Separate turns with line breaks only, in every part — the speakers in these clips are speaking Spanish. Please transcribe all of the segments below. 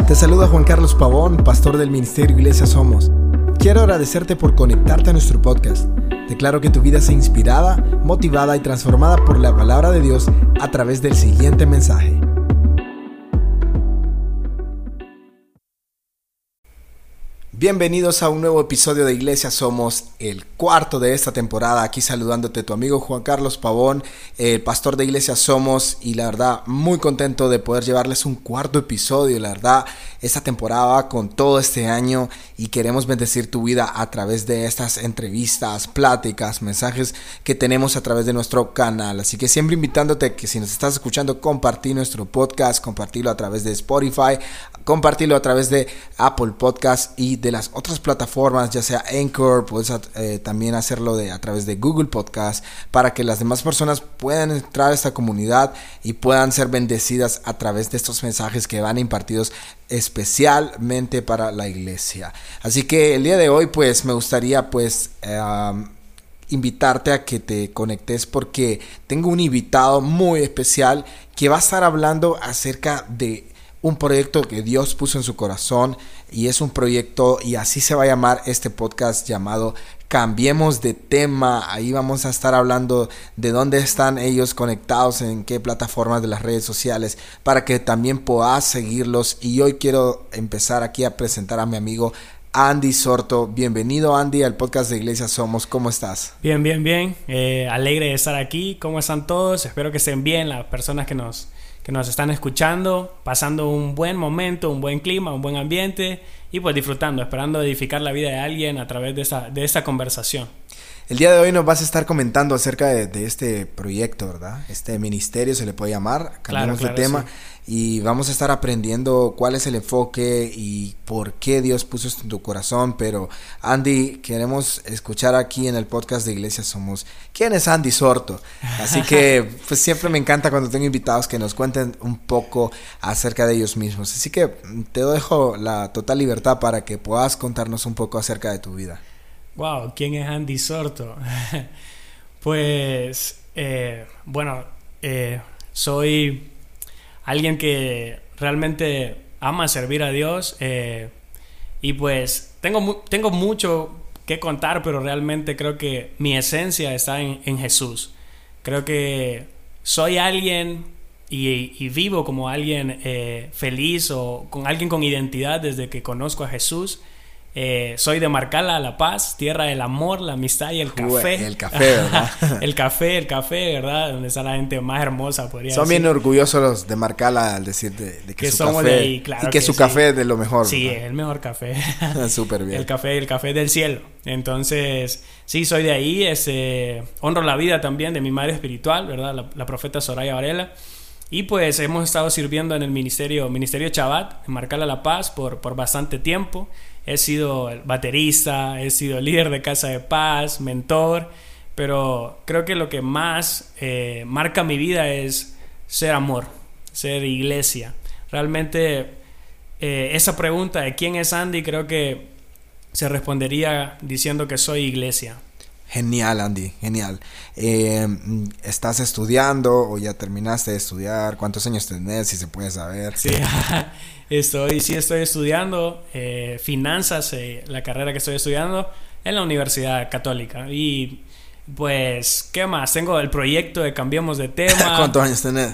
Te saluda Juan Carlos Pavón, pastor del Ministerio Iglesia Somos. Quiero agradecerte por conectarte a nuestro podcast. Declaro que tu vida sea inspirada, motivada y transformada por la palabra de Dios a través del siguiente mensaje. Bienvenidos a un nuevo episodio de Iglesia Somos, el cuarto de esta temporada. Aquí saludándote tu amigo Juan Carlos Pavón, el pastor de Iglesia Somos, y la verdad muy contento de poder llevarles un cuarto episodio. La verdad, esta temporada va con todo este año y queremos bendecir tu vida a través de estas entrevistas, pláticas, mensajes que tenemos a través de nuestro canal. Así que siempre invitándote que si nos estás escuchando, compartir nuestro podcast, compartirlo a través de Spotify, compartirlo a través de Apple Podcast y de las otras plataformas, ya sea Anchor. Puedes también hacerlo a través de Google Podcast, para que las demás personas puedan entrar a esta comunidad y puedan ser bendecidas a través de estos mensajes que van impartidos especialmente para la iglesia. Así que el día de hoy pues me gustaría invitarte a que te conectes, porque tengo un invitado muy especial que va a estar hablando acerca de un proyecto que Dios puso en su corazón, y es un proyecto, y así se va a llamar este podcast, llamado Cambiemos de Tema. Ahí vamos a estar hablando de dónde están ellos conectados, en qué plataformas de las redes sociales, para que también puedas seguirlos. Y hoy quiero empezar aquí a presentar a mi amigo Andy Sorto. Bienvenido, Andy, al podcast de Iglesia Somos. ¿Cómo estás?
Bien. Alegre de estar aquí. ¿Cómo están todos? Espero que estén bien las personas que nos están escuchando, pasando un buen momento, un buen clima, un buen ambiente, y pues disfrutando, esperando edificar la vida de alguien a través de esta conversación. El día de hoy nos vas a estar comentando acerca de este proyecto, ¿verdad? Este ministerio se le puede llamar, Cambiemos de Tema. Sí.
Y vamos a estar aprendiendo cuál es el enfoque y por qué Dios puso esto en tu corazón. Pero Andy, queremos escuchar aquí en el podcast de Iglesia Somos, ¿quién es Andy Sorto? Así que pues siempre me encanta cuando tengo invitados que nos cuenten un poco acerca de ellos mismos. Así que te dejo la total libertad para que puedas contarnos un poco acerca de tu vida.
Wow, ¿quién es Andy Sorto? Pues, soy alguien que realmente ama servir a Dios, y pues tengo mucho que contar, pero realmente creo que mi esencia está en Jesús. Creo que soy alguien y vivo como alguien feliz, o con alguien con identidad desde que conozco a Jesús. Soy de Marcala, La Paz, tierra del amor, la amistad y el café.
El café, ¿verdad?
el café, ¿verdad? Donde está la gente más hermosa, podría decir.
Son bien orgullosos los de Marcala al decir de que su
somos
café,
de ahí, claro,
y que su café es de lo mejor.
Sí,
¿verdad?
es el mejor café.
Súper bien.
El café del cielo. Entonces, sí, soy de ahí. Honro la vida también de mi madre espiritual, ¿verdad? La profeta Soraya Varela. Y pues hemos estado sirviendo en el Ministerio Chabat, en Marcala, La Paz, por bastante tiempo. He sido baterista, he sido líder de Casa de Paz, mentor, pero creo que lo que más marca mi vida es ser amor, ser iglesia. Realmente esa pregunta de quién es Andy, creo que se respondería diciendo que soy iglesia.
Genial, Andy, genial. ¿Estás estudiando o ya terminaste de estudiar? ¿Cuántos años tenés, si se puede saber?
Sí, estoy estudiando finanzas, la carrera que estoy estudiando en la Universidad Católica. Y pues, ¿qué más? Tengo el proyecto de Cambiemos de Tema.
¿Cuántos años tenés?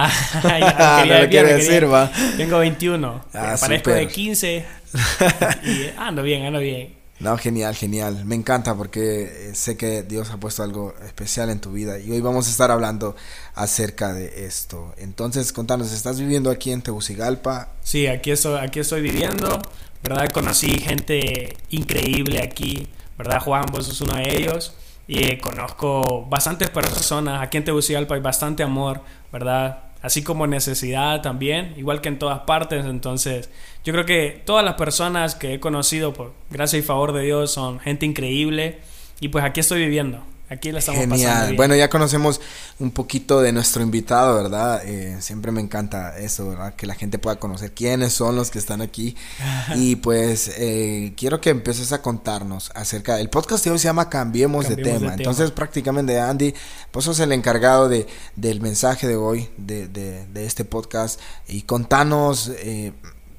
No lo quiero decir, va. Tengo 21. Parezco de 15. Y ando bien.
No, genial. Me encanta, porque sé que Dios ha puesto algo especial en tu vida, y hoy vamos a estar hablando acerca de esto. Entonces, contanos, ¿estás viviendo aquí en Tegucigalpa?
Sí, aquí estoy viviendo, ¿verdad? Conocí gente increíble aquí, ¿verdad? Juan, vos sos uno de ellos. Y conozco bastantes personas. Aquí en Tegucigalpa hay bastante amor, ¿verdad? Así como necesidad también, igual que en todas partes. Entonces, yo creo que todas las personas que he conocido, por gracia y favor de Dios, son gente increíble. Y pues aquí estoy viviendo. Aquí la estamos pasando bien.
Bueno, ya conocemos un poquito de nuestro invitado, ¿verdad? Siempre me encanta eso, ¿verdad? Que la gente pueda conocer quiénes son los que están aquí. Y pues quiero que empieces a contarnos acerca. El podcast de hoy se llama Cambiemos de Tema. Entonces, prácticamente, Andy, vos sos el encargado del mensaje de hoy, de este podcast. Y contanos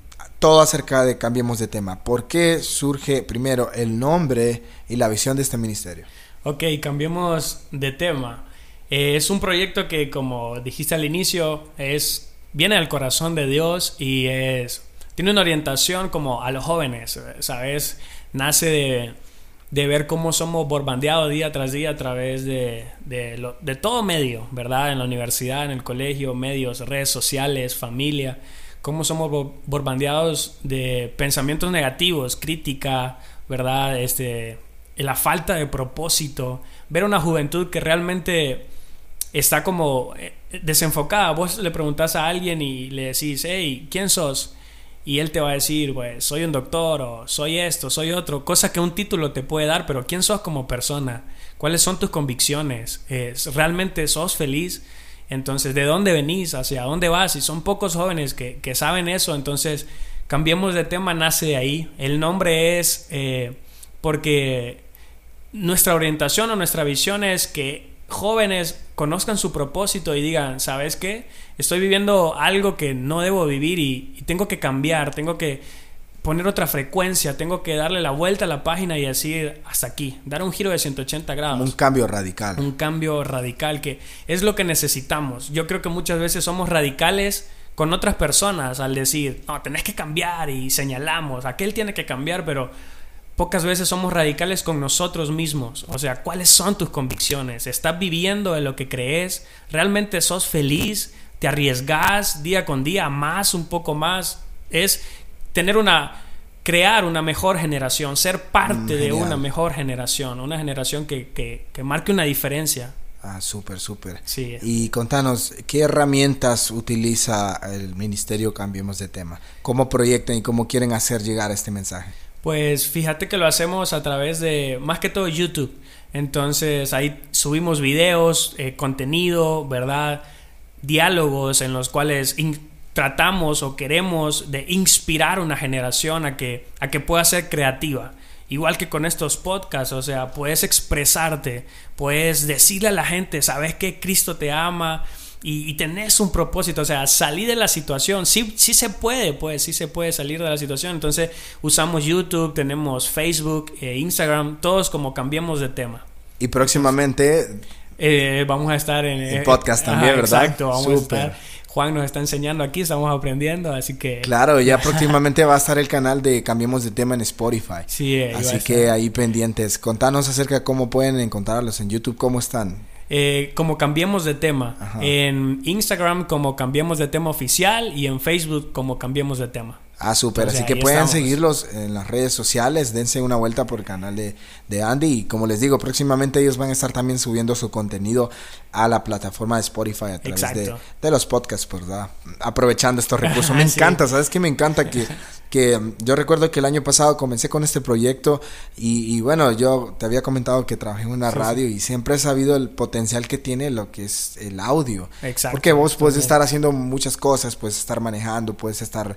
todo acerca de Cambiemos de Tema. ¿Por qué surge primero el nombre y la visión de este ministerio?
Ok, cambiemos de tema. Es un proyecto que, como dijiste al inicio, viene del corazón de Dios y tiene una orientación como a los jóvenes, ¿sabes? Nace de ver cómo somos bombardeados día tras día a través de todo medio, ¿verdad? En la universidad, en el colegio, medios, redes sociales, familia. Cómo somos bombardeados de pensamientos negativos, crítica, ¿verdad? La falta de propósito. Ver una juventud que realmente está como desenfocada. Vos le preguntás a alguien y le decís, hey, ¿quién sos? Y él te va a decir, pues, soy un doctor, o soy esto, soy otro. Cosa que un título te puede dar, pero ¿quién sos como persona? ¿Cuáles son tus convicciones? ¿Realmente sos feliz? Entonces, ¿de dónde venís? ¿Hacia dónde vas? Y son pocos jóvenes que saben eso. Entonces, Cambiemos de Tema nace de ahí. El nombre es porque nuestra orientación o nuestra visión es que jóvenes conozcan su propósito y digan, ¿sabes qué? Estoy viviendo algo que no debo vivir y tengo que cambiar, tengo que poner otra frecuencia, tengo que darle la vuelta a la página y decir hasta aquí, dar un giro de 180 grados.
Un cambio radical.
Un cambio radical que es lo que necesitamos. Yo creo que muchas veces somos radicales con otras personas al decir, no, tenés que cambiar y señalamos, aquel tiene que cambiar, pero pocas veces somos radicales con nosotros mismos. O sea, ¿cuáles son tus convicciones? ¿Estás viviendo de lo que crees? ¿Realmente sos feliz? ¿Te arriesgas día con día más, un poco más? Es crear una mejor generación, ser parte de una mejor generación, una generación que marque una diferencia.
Ah, súper.
Sí.
Y contanos, ¿qué herramientas utiliza el ministerio Cambiemos de Tema? ¿Cómo proyectan y cómo quieren hacer llegar este mensaje?
Pues fíjate que lo hacemos a través de, más que todo, YouTube. Entonces ahí subimos videos, contenido, ¿verdad? Diálogos en los cuales tratamos o queremos de inspirar una generación a que pueda ser creativa. Igual que con estos podcasts, o sea, puedes expresarte, puedes decirle a la gente, ¿sabes qué? Cristo te ama y tenés un propósito, o sea, salir de la situación. Sí se puede, pues, sí se puede salir de la situación. Entonces usamos YouTube, tenemos Facebook, Instagram, todos como Cambiemos de Tema.
Y próximamente
vamos a estar en
podcast también, ¿verdad?
Exacto, vamos a estar. Juan nos está enseñando aquí, estamos aprendiendo, así que...
Claro, ya próximamente va a estar el canal de Cambiemos de Tema en Spotify.
Sí,
así que ahí pendientes. Contanos acerca de cómo pueden encontrarlos en YouTube, ¿cómo están?
Como Cambiemos de Tema. Ajá. En Instagram como Cambiemos de Tema Oficial y en Facebook como Cambiemos de Tema.
Ah, súper. Así que pueden seguirlos en las redes sociales. Dense una vuelta por el canal de Andy. Y como les digo, próximamente ellos van a estar también subiendo su contenido a la plataforma de Spotify a través de los podcasts, ¿verdad? Aprovechando estos recursos. Me encanta, ¿sabes qué? Me encanta que yo recuerdo que el año pasado comencé con este proyecto y bueno, yo te había comentado que trabajé en una radio y siempre he sabido el potencial que tiene lo que es el audio.
Exacto.
Porque vos puedes estar haciendo muchas cosas, puedes estar manejando, puedes estar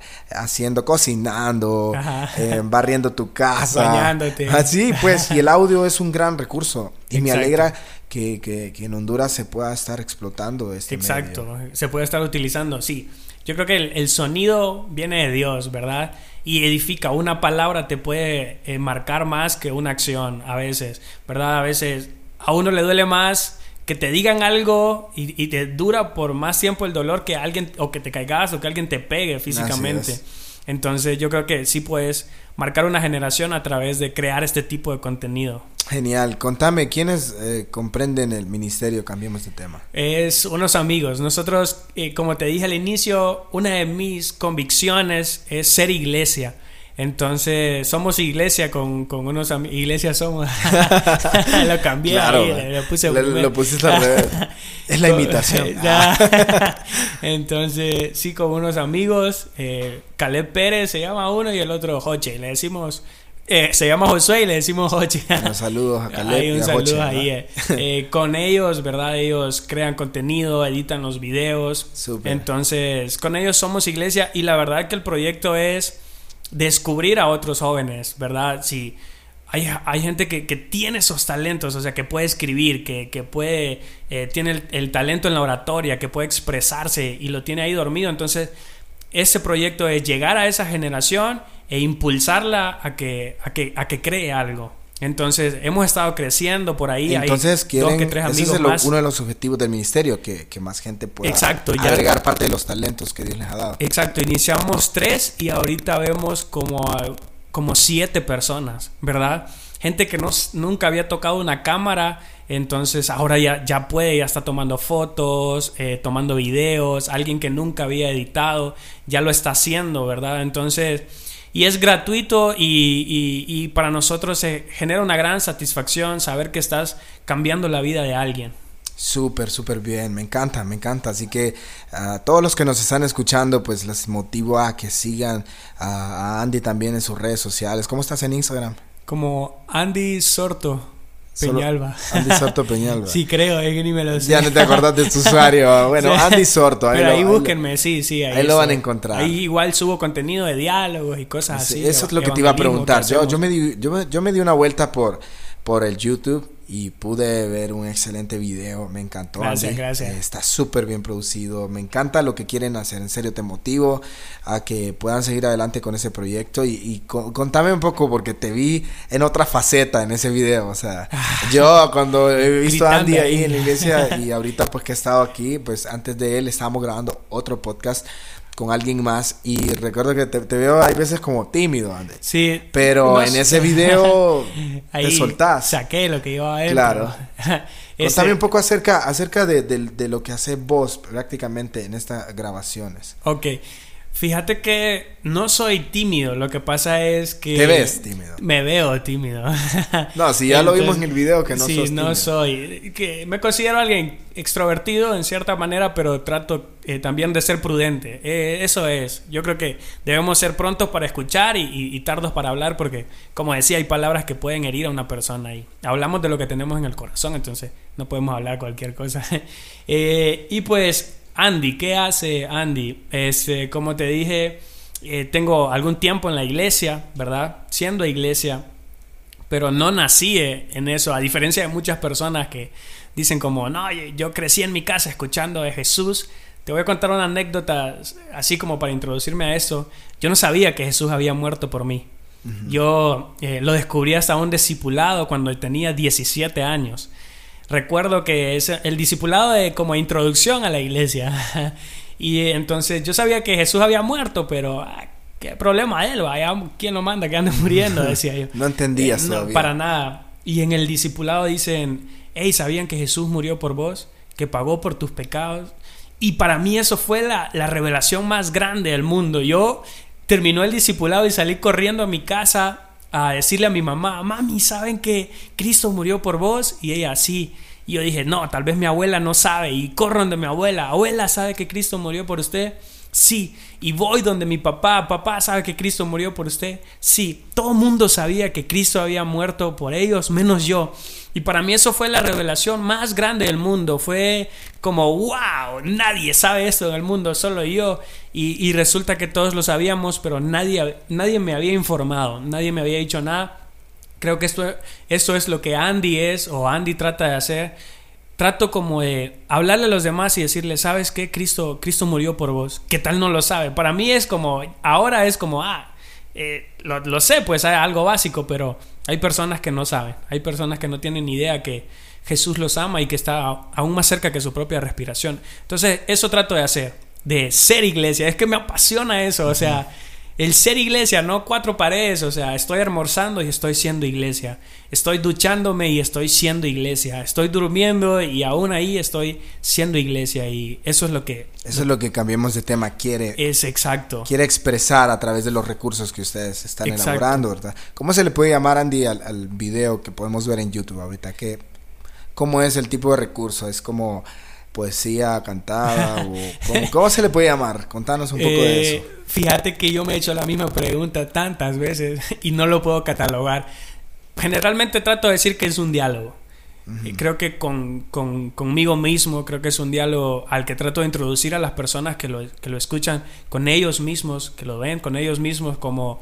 cocinando, barriendo tu casa,
bañándote.
Así pues, y el audio es un gran recurso y me alegra que en Honduras se pueda estar explotando este
medio.
medio.
Se puede estar utilizando, sí. Yo creo que el sonido viene de Dios, ¿verdad? Y edifica. Una palabra te puede marcar más que una acción a veces, ¿verdad? A veces a uno le duele más que te digan algo y te dura por más tiempo el dolor que alguien, o que te caigas, o que alguien te pegue físicamente. Entonces yo creo que sí puedes marcar una generación a través de crear este tipo de contenido.
Genial. Contame, ¿quiénes comprenden el ministerio Cambiemos de Tema?
Es unos amigos. Nosotros, como te dije al inicio, una de mis convicciones es ser iglesia. Entonces somos iglesia con unos amigos. Iglesia somos. Lo cambié,
claro,
ahí,
lo pusiste al revés. Es la imitación.
Entonces sí, con unos amigos, Caleb Pérez se llama uno y el otro Joche. Le decimos, se llama Josué y le decimos Joche.
Unos saludos a Caleb y
un
a
saludo
Joche,
ahí. Con ellos, ¿verdad? Ellos crean contenido, editan los videos.
Súper.
Entonces con ellos somos iglesia y la verdad que el proyecto es descubrir a otros jóvenes, ¿verdad? Si hay gente que tiene esos talentos, o sea, que puede escribir, que puede, tiene el talento en la oratoria, que puede expresarse y lo tiene ahí dormido. Entonces ese proyecto es llegar a esa generación e impulsarla a que cree algo. Entonces hemos estado creciendo por ahí.
Entonces
hay 2 que 3 amigos
ese es
más.
uno de los objetivos del ministerio, que más gente pueda agregar parte de los talentos que Dios les ha dado.
Exacto, iniciamos 3 y ahorita vemos como 7 personas, ¿verdad? Gente que nunca había tocado una cámara, entonces ahora ya puede, ya está tomando fotos, tomando videos. Alguien que nunca había editado ya lo está haciendo, ¿verdad? Entonces, y es gratuito y para nosotros se genera una gran satisfacción saber que estás cambiando la vida de alguien.
Súper bien, me encanta. Así que a todos los que nos están escuchando, pues les motivo a que sigan a Andy también en sus redes sociales. ¿Cómo estás en Instagram?
Como Andy Sorto Peñalba.
Andy Sorto Peñalba.
Sí, creo, es que ni me lo sé.
Ya no te acordás de tu usuario. Bueno, sí. Andy Sorto.
Pero ahí búsquenme, sí.
Ahí lo van a encontrar.
Ahí igual subo contenido de diálogos y cosas así.
Eso es lo que te iba a preguntar. Yo me di una vuelta por el YouTube y pude ver un excelente video. Me encantó.
Gracias.
Está súper bien producido. Me encanta lo que quieren hacer. En serio, te motivo a que puedan seguir adelante con ese proyecto. Y contame un poco, porque te vi en otra faceta en ese video. O sea, yo cuando he visto a Andy ahí en la iglesia y ahorita pues que he estado aquí, pues antes de él estábamos grabando otro podcast con alguien más y recuerdo que te veo hay veces como tímido, Andy.
Sí.
Pero en ese video
ahí
te soltás.
Saqué lo que iba a ver.
Claro. Contame un poco acerca de lo que haces vos prácticamente en estas grabaciones.
Ok. Fíjate que no soy tímido, lo que pasa es que...
¿Te ves tímido?
Me veo tímido.
No, si ya entonces, lo vimos en el video que no sos tímido.
Sí, no soy. Que me considero alguien extrovertido en cierta manera, pero trato también de ser prudente. Eso es. Yo creo que debemos ser prontos para escuchar y tardos para hablar, porque, como decía, hay palabras que pueden herir a una persona y hablamos de lo que tenemos en el corazón, entonces no podemos hablar cualquier cosa. Y pues... Andy, ¿qué hace Andy? Como te dije, tengo algún tiempo en la iglesia, ¿verdad? Siendo iglesia, pero no nací en eso, a diferencia de muchas personas que dicen como, no, yo crecí en mi casa escuchando de Jesús. Te voy a contar una anécdota así como para introducirme a eso. Yo no sabía que Jesús había muerto por mí. Uh-huh. Yo lo descubrí hasta un discipulado cuando tenía 17 años. Recuerdo que es el discipulado de como introducción a la iglesia. Y entonces yo sabía que Jesús había muerto, pero qué problema él, vaya, ¿quién lo manda que ande muriendo? Decía yo.
No entendías todavía.
No, para nada. Y en el discipulado dicen, hey, ¿sabían que Jesús murió por vos? Que pagó por tus pecados. Y para mí eso fue la revelación más grande del mundo. Yo terminó el discipulado y salí corriendo a mi casa a decirle a mi mamá, mami, ¿saben que Cristo murió por vos? Y ella, sí. Y yo dije, no, tal vez mi abuela no sabe. Y corro donde mi abuela, abuela, ¿sabe que Cristo murió por usted? Sí. Y voy donde mi papá, papá, ¿sabe que Cristo murió por usted? Sí. Todo el mundo sabía que Cristo había muerto por ellos, menos yo. Y para mí eso fue la revelación más grande del mundo. Fue como, wow, nadie sabe esto en el mundo, solo yo. Y resulta que todos lo sabíamos, pero nadie me había informado, nadie me había dicho nada. Creo que esto es lo que Andy es, o Andy trata de hacer. Trato como de hablarle a los demás y decirles, ¿sabes qué? Cristo murió por vos. ¿Qué tal no lo sabe? Para mí es como, ahora es como, lo sé, pues hay algo básico, pero hay personas que no saben. Hay personas que no tienen ni idea que Jesús los ama y que está aún más cerca que su propia respiración. Entonces, eso trato de hacer, de ser iglesia. Es que me apasiona eso, o sea, el ser iglesia, no 4 paredes. O sea, estoy almorzando y estoy siendo iglesia. Estoy duchándome y estoy siendo iglesia. Estoy durmiendo y aún ahí estoy siendo iglesia. Y eso es lo que...
Eso es lo que Cambiemos de Tema
es exacto.
Quiere expresar a través de los recursos que ustedes están elaborando, ¿verdad? ¿Cómo se le puede llamar, Andy, al video que podemos ver en YouTube ahorita? ¿Cómo es el tipo de recurso? ¿Es como poesía cantada? O ¿cómo se le puede llamar? Contanos un poco de eso.
Fíjate que yo me he hecho la misma pregunta tantas veces y no lo puedo catalogar. Generalmente trato de decir que es un diálogo. Uh-huh. Creo que conmigo mismo, creo que es un diálogo al que trato de introducir a las personas que lo escuchan con ellos mismos, que lo ven con ellos mismos, como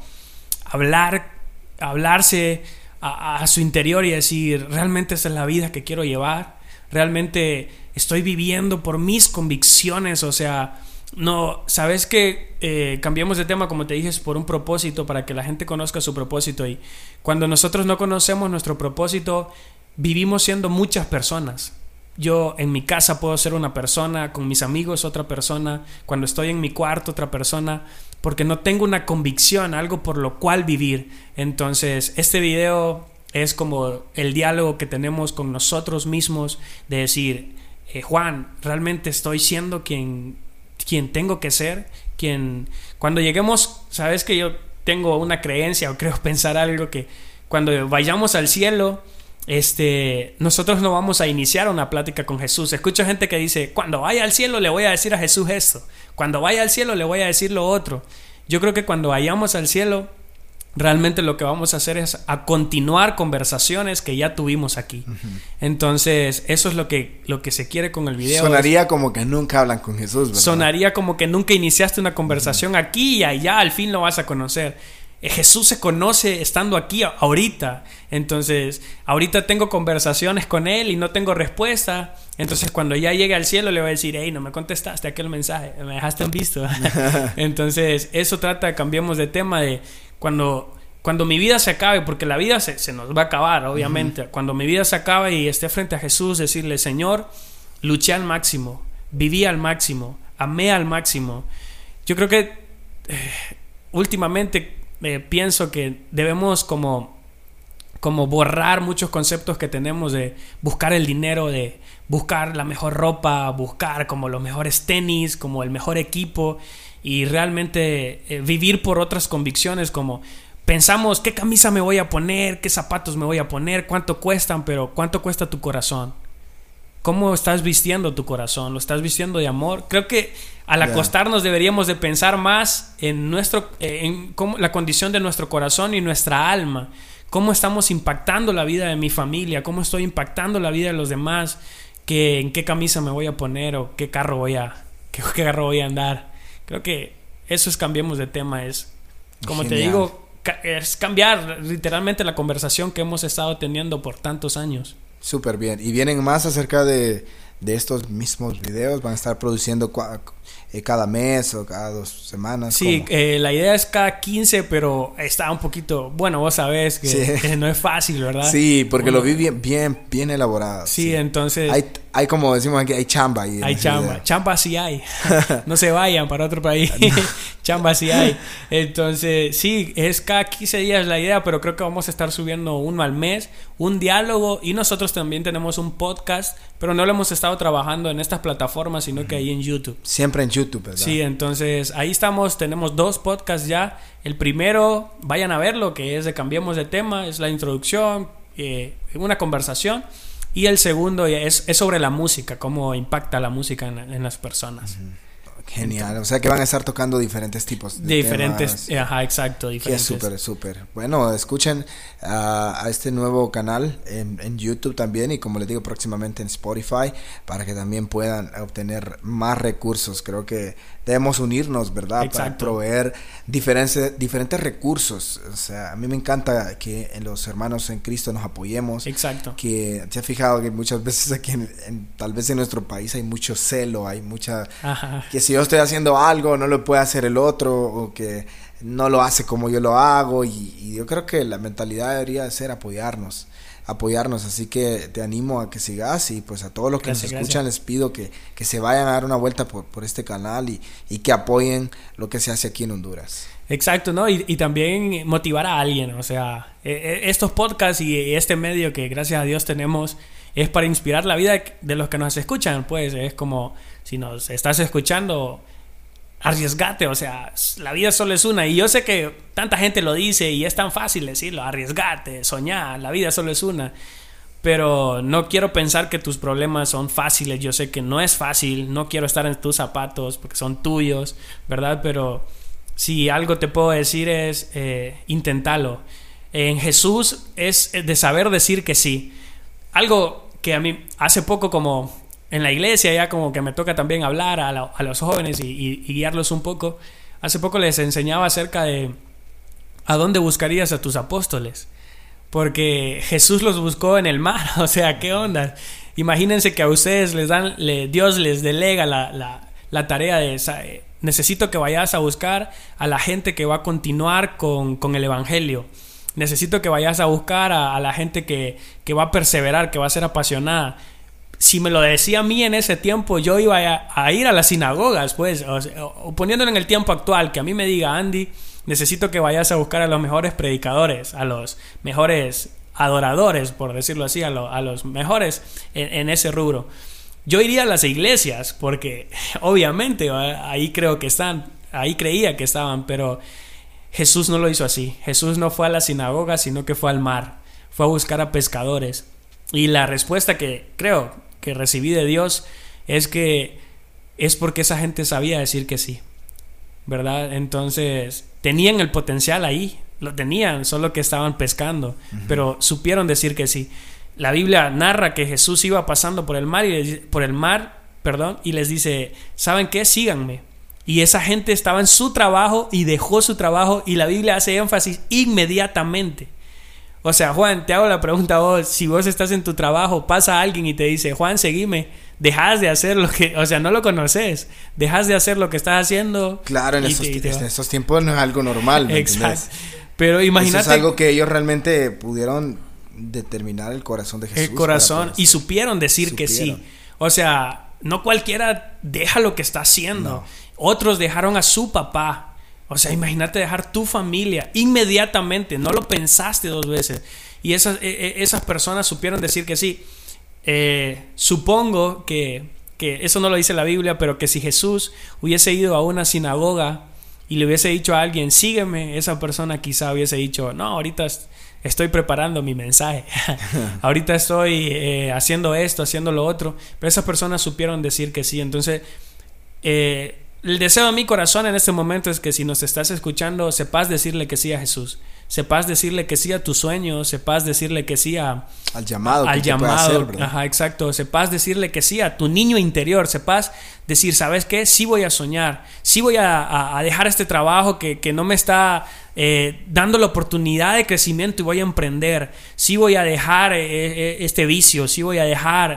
hablarse a su interior y decir, realmente esa es la vida que quiero llevar, realmente estoy viviendo por mis convicciones, o sea, No, sabes que cambiamos de tema, como te dije, es por un propósito, para que la gente conozca su propósito. Y cuando nosotros no conocemos nuestro propósito, vivimos siendo muchas personas. Yo en mi casa puedo ser una persona, con mis amigos otra persona, cuando estoy en mi cuarto otra persona, porque no tengo una convicción, algo por lo cual vivir. Entonces, este video es como el diálogo que tenemos con nosotros mismos, de decir, Juan, ¿realmente estoy siendo quien tengo que ser? Cuando lleguemos, sabes que yo tengo una creencia, o creo pensar algo, que cuando vayamos al cielo, nosotros no vamos a iniciar una plática con Jesús. Escucho gente que dice, cuando vaya al cielo le voy a decir a Jesús esto, cuando vaya al cielo le voy a decir lo otro. Yo creo que cuando vayamos al cielo, realmente lo que vamos a hacer es a continuar conversaciones que ya tuvimos aquí. Entonces, eso es lo que se quiere con el video.
Sonaría como que nunca hablan con Jesús, ¿verdad?
Sonaría como que nunca iniciaste una conversación aquí y allá al fin lo vas a conocer. Jesús se conoce estando aquí ahorita. Entonces, ahorita tengo conversaciones con Él y no tengo respuesta. Entonces, cuando ya llegue al cielo le voy a decir, hey, no me contestaste aquel mensaje, me dejaste en visto. Entonces, eso trata, cambiemos de tema, de cuando mi vida se acabe, porque la vida se nos va a acabar, obviamente. Cuando mi vida se acabe y esté frente a Jesús, decirle, Señor, luché al máximo, viví al máximo, amé al máximo. Yo creo que últimamente pienso que debemos como borrar muchos conceptos que tenemos de buscar el dinero, de buscar la mejor ropa, buscar como los mejores tenis, como el mejor equipo, y realmente vivir por otras convicciones, como pensamos qué camisa me voy a poner, qué zapatos me voy a poner, cuánto cuestan, pero ¿cuánto cuesta tu corazón? ¿Cómo estás vistiendo tu corazón? ¿Lo estás vistiendo de amor? Creo que al acostarnos deberíamos de pensar más en la condición de nuestro corazón y nuestra alma. ¿Cómo estamos impactando la vida de mi familia? ¿Cómo estoy impactando la vida de los demás? ¿En qué camisa me voy a poner? ¿O qué carro voy a andar? Creo que eso es, cambiemos de tema. Es, como Genial. Te digo, es cambiar literalmente la conversación que hemos estado teniendo por tantos años.
Súper bien. Y vienen más acerca de estos mismos videos. Van a estar produciendo cada mes o cada 2 semanas.
Sí, la idea es cada 15, pero está un poquito... Bueno, vos sabés que no es fácil, ¿verdad?
Sí, porque lo vi bien elaborado.
Sí, entonces...
Hay como decimos aquí, hay chamba ahí.
Hay chamba. Chamba sí hay. No se vayan para otro país. Chamba sí hay. Entonces, sí, es cada 15 días la idea, pero creo que vamos a estar subiendo uno al mes, un diálogo, y nosotros también tenemos un podcast, pero no lo hemos estado trabajando en estas plataformas, sino que ahí en YouTube.
Siempre en YouTube, ¿verdad?
Sí, entonces ahí estamos, tenemos 2 podcasts ya. El primero, vayan a verlo, que es de Cambiemos de Tema, es la introducción, una conversación. Y el segundo es sobre la música, cómo impacta la música en las personas.
Genial, entonces, o sea que van a estar tocando diferentes tipos de
diferentes temas. Ajá, exacto, diferentes.
Que es súper. Bueno, escuchen a este nuevo canal en YouTube también, y como les digo, próximamente en Spotify, para que también puedan obtener más recursos. Creo que debemos unirnos, ¿verdad?
Exacto.
Para proveer diferentes recursos. O sea, a mí me encanta que en los hermanos en Cristo nos apoyemos.
Exacto.
Que te has fijado que muchas veces aquí tal vez en nuestro país hay mucho celo, hay mucha...
Ajá.
Que si yo estoy haciendo algo no lo puede hacer el otro, o que no lo hace como yo lo hago, y yo creo que la mentalidad debería ser apoyarnos, así que te animo a que sigas, y pues a todos los que nos escuchan les pido que se vayan a dar una vuelta por este canal y que apoyen lo que se hace aquí en Honduras.
Exacto, ¿no? Y también motivar a alguien, o sea, estos podcasts y este medio que gracias a Dios tenemos es para inspirar la vida de los que nos escuchan. Pues es como, si nos estás escuchando, arriesgate, o sea, la vida solo es una. Y yo sé que tanta gente lo dice y es tan fácil decirlo, arriesgate, soñar, la vida solo es una. Pero no quiero pensar que tus problemas son fáciles. Yo sé que no es fácil, no quiero estar en tus zapatos porque son tuyos, ¿verdad? Pero si algo te puedo decir es inténtalo. En Jesús es de saber decir que sí. Algo que a mí hace poco, como en la iglesia ya como que me toca también hablar a los jóvenes y guiarlos un poco. Hace poco les enseñaba acerca de a dónde buscarías a tus apóstoles, porque Jesús los buscó en el mar. O sea, ¿qué onda? Imagínense que a ustedes Dios les delega la la tarea de necesito que vayas a buscar a la gente que va a continuar con el evangelio. Necesito que vayas a buscar a la gente que va a perseverar, que va a ser apasionada. Si me lo decía a mí en ese tiempo, yo iba a ir a las sinagogas, pues, o poniéndolo en el tiempo actual, que a mí me diga, Andy, necesito que vayas a buscar a los mejores predicadores, a los mejores adoradores, por decirlo así, a los mejores en ese rubro. Yo iría a las iglesias, porque obviamente ahí creo que están, ahí creía que estaban, pero Jesús no lo hizo así. Jesús no fue a la sinagoga, sino que fue al mar, fue a buscar a pescadores. Y la respuesta que creo que recibí de Dios es que es porque esa gente sabía decir que sí, ¿verdad? Entonces tenían el potencial ahí, lo tenían, solo que estaban pescando, pero supieron decir que sí. La Biblia narra que Jesús iba pasando por el mar y les dice, ¿saben qué? Síganme. Y esa gente estaba en su trabajo y dejó su trabajo, y la Biblia hace énfasis inmediatamente. O sea, Juan, te hago la pregunta a vos, si vos estás en tu trabajo, pasa alguien y te dice, Juan, seguime, dejas de hacer lo que, o sea, no lo conoces, dejas de hacer lo que estás haciendo.
Claro, en esos tiempos no es algo normal, ¿me entiendes?
Pero imagínate.
Eso es algo que ellos realmente pudieron determinar el corazón de Jesús.
El corazón, y supieron decir que sí. O sea, no cualquiera deja lo que está haciendo. No. Otros dejaron a su papá. O sea, imagínate dejar tu familia inmediatamente, no lo pensaste dos veces. Y esas personas supieron decir que sí. Supongo que eso no lo dice la Biblia, pero que si Jesús hubiese ido a una sinagoga y le hubiese dicho a alguien, sígueme, esa persona quizá hubiese dicho, no, ahorita estoy preparando mi mensaje, ahorita estoy haciendo esto, haciendo lo otro. Pero esas personas supieron decir que sí. Entonces, el deseo de mi corazón en este momento es que si nos estás escuchando, sepas decirle que sí a Jesús, sepas decirle que sí a tus sueños, sepas decirle que sí al
llamado,
hacer, ajá, exacto, sepas decirle que sí a tu niño interior, sepas decir, ¿sabes qué? Sí voy a soñar, sí voy a dejar este trabajo que no me está dando la oportunidad de crecimiento, y voy a emprender, sí voy a dejar este vicio, sí voy a dejar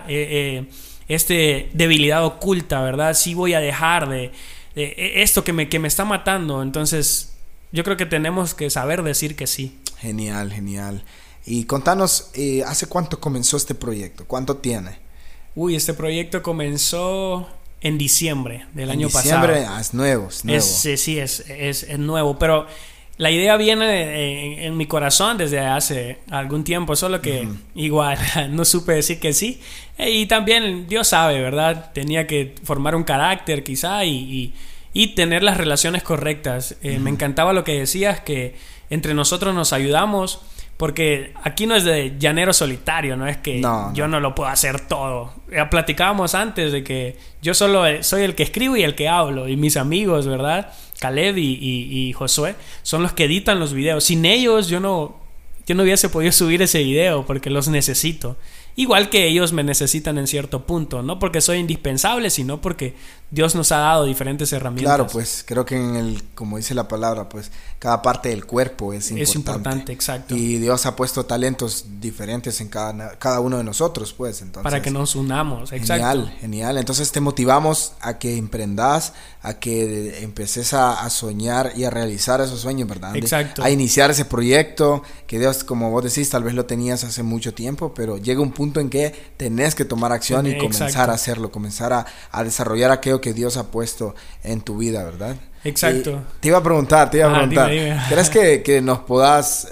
debilidad oculta, ¿verdad? Sí voy a dejar de esto que me está matando. Entonces yo creo que tenemos que saber decir que sí.
Genial. Y contanos, ¿hace cuánto comenzó este proyecto? ¿Cuánto tiene?
Este proyecto comenzó en diciembre del año pasado.
En diciembre, es nuevo.
Sí, es nuevo, pero la idea viene en mi corazón desde hace algún tiempo, solo que igual no supe decir que sí. Y también Dios sabe, ¿verdad? Tenía que formar un carácter quizá y tener las relaciones correctas. Me encantaba lo que decías, que entre nosotros nos ayudamos, porque aquí no es de llanero solitario, no es que yo no lo puedo hacer todo. Platicábamos antes de que yo solo soy el que escribo y el que hablo, y mis amigos, ¿verdad? Caleb y Josué son los que editan los videos. Sin ellos yo no hubiese podido subir ese video, porque los necesito. Igual que ellos me necesitan en cierto punto, no porque soy indispensable, sino porque Dios nos ha dado diferentes herramientas.
Claro, pues creo que como dice la palabra, pues cada parte del cuerpo es importante.
Es importante, exacto.
Y Dios ha puesto talentos diferentes en cada uno de nosotros, pues. Entonces,
para que nos unamos, exacto.
Genial. Entonces te motivamos a que emprendas, a que empeces a soñar y a realizar esos sueños, ¿verdad?
Exacto.
A iniciar ese proyecto que Dios, como vos decís, tal vez lo tenías hace mucho tiempo, pero llega un punto en que tenés que tomar acción y comenzar a hacerlo, comenzar a desarrollar aquello que Dios ha puesto en tu vida, ¿verdad?
Exacto.
Te iba a preguntar,
dime.
¿Crees que nos podás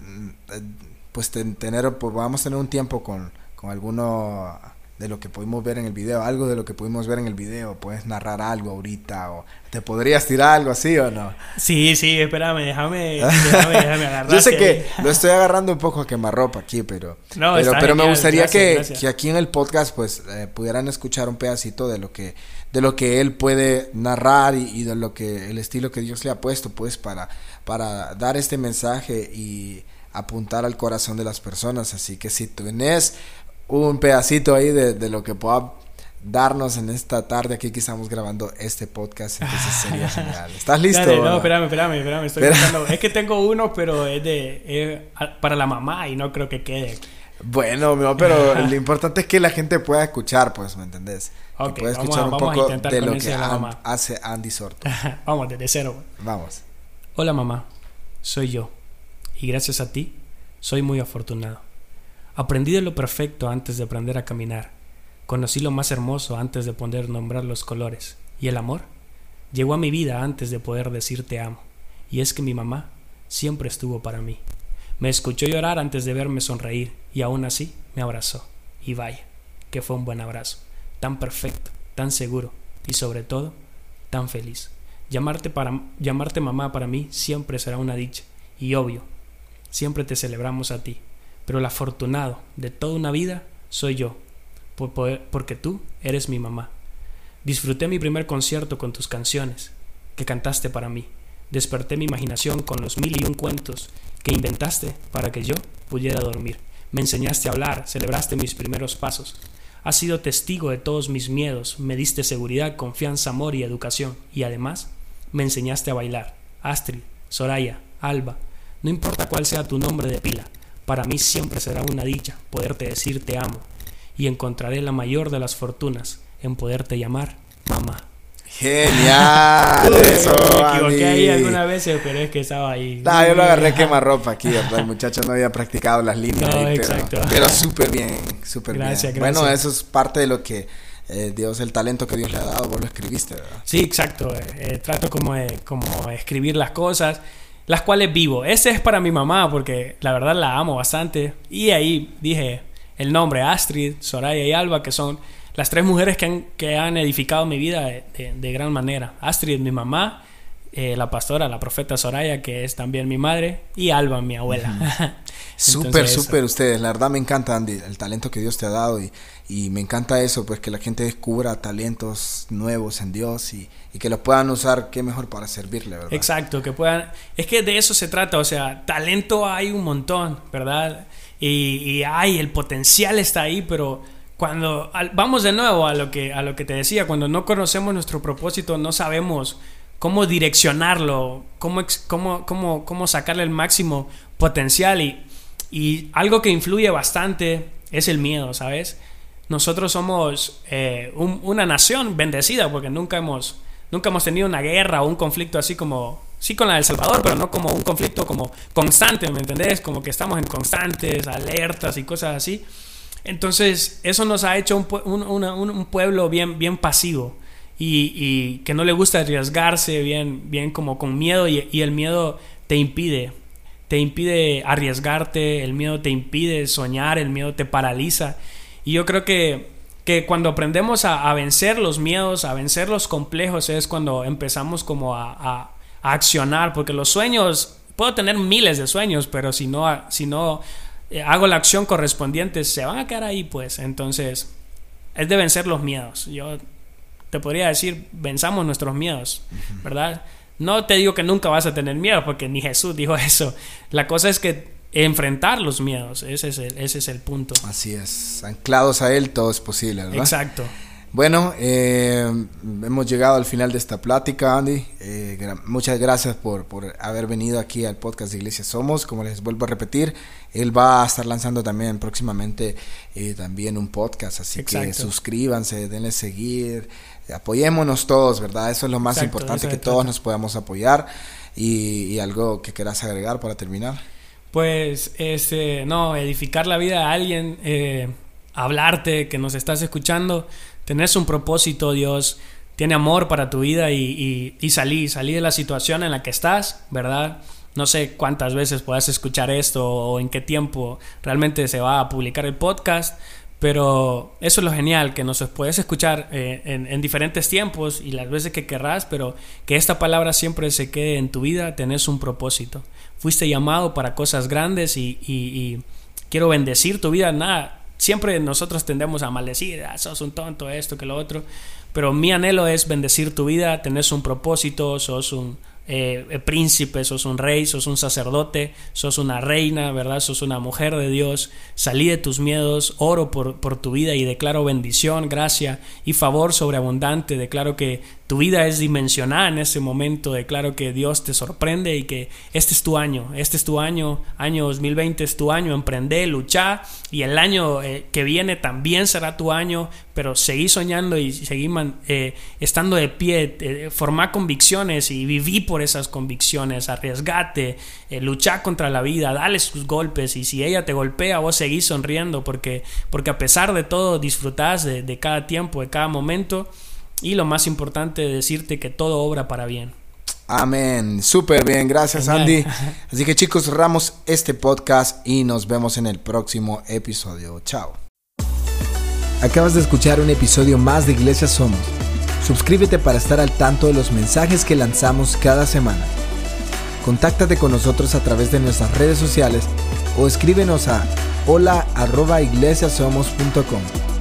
podamos tener un tiempo con alguno de lo que pudimos ver en el video, algo de lo que pudimos ver en el video? ¿Puedes narrar algo ahorita o te podrías tirar algo así o no?
Sí, espérame, déjame agarrar.
Yo sé que lo estoy agarrando un poco a quemarropa aquí, pero genial, me gustaría que aquí en el podcast pues pudieran escuchar un pedacito de lo que él puede narrar y de lo que el estilo que Dios le ha puesto, pues para dar este mensaje y apuntar al corazón de las personas. Así que si tenés un pedacito ahí de lo que pueda darnos en esta tarde aquí que estamos grabando este podcast, entonces sería genial. ¿Estás listo?
Dale, no, espérame, estoy buscando. Es que tengo uno, pero es para la mamá y no creo que quede.
Bueno, no, pero lo importante es que la gente pueda escuchar, pues, ¿me entendés?
Ok,
que pueda escuchar
vamos
un
a
poco
intentar
de
con
lo
ese
que
de la mamá.
hace Andy Sorto.
Vamos desde cero.
Vamos.
Hola mamá, soy yo. Y gracias a ti, soy muy afortunado. Aprendí de lo perfecto antes de aprender a caminar. Conocí lo más hermoso antes de poder nombrar los colores. ¿Y el amor? Llegó a mi vida antes de poder decir te amo. Y es que mi mamá siempre estuvo para mí. Me escuchó llorar antes de verme sonreír y aún así me abrazó. Y vaya, que fue un buen abrazo. Tan perfecto, tan seguro y sobre todo, tan feliz. Llamarte mamá para mí siempre será una dicha. Y obvio, siempre te celebramos a ti. Pero el afortunado de toda una vida soy yo, porque tú eres mi mamá. Disfruté mi primer concierto con tus canciones que cantaste para mí. Desperté mi imaginación con los 1001 cuentos que inventaste para que yo pudiera dormir. Me enseñaste a hablar, celebraste mis primeros pasos. Has sido testigo de todos mis miedos, me diste seguridad, confianza, amor y educación. Y además, me enseñaste a bailar. Astrid, Soraya, Alba, no importa cuál sea tu nombre de pila, para mí siempre será una dicha poderte decir te amo. Y encontraré la mayor de las fortunas en poderte llamar mamá.
Genial. Eso,
me equivoqué ahí algunas veces, pero es que estaba ahí.
No, yo lo agarré quemarropa aquí, ¿verdad? El muchacho no había practicado las líneas.
No,
ahí,
exacto.
Pero súper bien, súper bien.
Gracias.
Bueno, eso es parte de lo que Dios, el talento que Dios le ha dado, vos lo escribiste, ¿verdad?
Sí, exacto. Trato como escribir las cosas, las cuales vivo. Ese es para mi mamá, porque la verdad la amo bastante. Y ahí dije el nombre, Astrid, Soraya y Alba, que son las tres mujeres que han edificado mi vida de gran manera. Astrid, mi mamá, la pastora, la profeta Soraya, que es también mi madre, y Alba, mi abuela.
Súper ustedes. La verdad me encanta, Andy, el talento que Dios te ha dado y me encanta eso, pues que la gente descubra talentos nuevos en Dios y que los puedan usar, qué mejor para servirle, ¿verdad?
Exacto, que puedan. Es que de eso se trata, o sea, talento hay un montón, ¿verdad? Y el potencial está ahí, pero cuando vamos de nuevo a lo que te decía, cuando no conocemos nuestro propósito, no sabemos cómo direccionarlo, cómo sacarle el máximo potencial y algo que influye bastante es el miedo, ¿sabes? Nosotros somos una nación bendecida porque nunca hemos tenido una guerra o un conflicto así como, sí con la de El Salvador, pero no como un conflicto como constante, ¿me entendés? Como que estamos en constantes alertas y cosas así. Entonces eso nos ha hecho un pueblo bien pasivo y que no le gusta arriesgarse, bien como con miedo y el miedo te impide arriesgarte, el miedo te impide soñar, el miedo te paraliza. Y yo creo que cuando aprendemos a vencer los miedos, a vencer los complejos, es cuando empezamos como a accionar, porque los sueños, puedo tener miles de sueños, pero si no hago la acción correspondiente, se van a quedar ahí, pues. Entonces es de vencer los miedos. Yo te podría decir, venzamos nuestros miedos, ¿verdad? No te digo que nunca vas a tener miedo, porque ni Jesús dijo eso. La cosa es que enfrentar los miedos, ese es el punto.
Así es, anclados a Él todo es posible, ¿verdad?
Exacto.
Bueno, hemos llegado al final de esta plática, Andy. Muchas gracias por haber venido aquí al podcast de Iglesia Somos. Como les vuelvo a repetir, él va a estar lanzando también próximamente también un podcast, así Exacto. Que suscríbanse, denle seguir, apoyémonos todos, ¿verdad? Eso es lo más Exacto, importante, que todos nos podamos apoyar. Y algo que quieras agregar para terminar.
Pues, edificar la vida a alguien, hablarte, que nos estás escuchando. Tenés un propósito, Dios tiene amor para tu vida y salí de la situación en la que estás, ¿verdad? No sé cuántas veces puedas escuchar esto o en qué tiempo realmente se va a publicar el podcast, pero eso es lo genial, que nos puedes escuchar en diferentes tiempos y las veces que querrás, pero que esta palabra siempre se quede en tu vida. Tenés un propósito, fuiste llamado para cosas grandes y quiero bendecir tu vida. Nada, siempre nosotros tendemos a maldecir, sos un tonto, esto, que lo otro, pero mi anhelo es bendecir tu vida. Tenés un propósito, sos un príncipe, sos un rey, sos un sacerdote, sos una reina, ¿verdad? Sos una mujer de Dios. Salí de tus miedos, oro por tu vida y declaro bendición, gracia y favor sobreabundante. Declaro que tu vida es dimensionada en ese momento. Declaro que Dios te sorprende y que este es tu año, año 2020 es tu año. Emprende, lucha, y el año que viene también será tu año, pero seguí soñando y seguí estando de pie, formar convicciones y viví por esas convicciones. Arriesgate, lucha contra la vida, dale sus golpes, y si ella te golpea, vos seguís sonriendo, porque a pesar de todo disfrutás de cada tiempo, de cada momento. Y lo más importante, decirte que todo obra para bien.
Amén, súper bien, gracias Andy. Así que chicos, cerramos este podcast y nos vemos en el próximo episodio. Chao. Acabas de escuchar un episodio más de Iglesia Somos. Suscríbete para estar al tanto de los mensajes que lanzamos cada semana. Contáctate con nosotros a través de nuestras redes sociales o escríbenos a hola@iglesiasomos.com.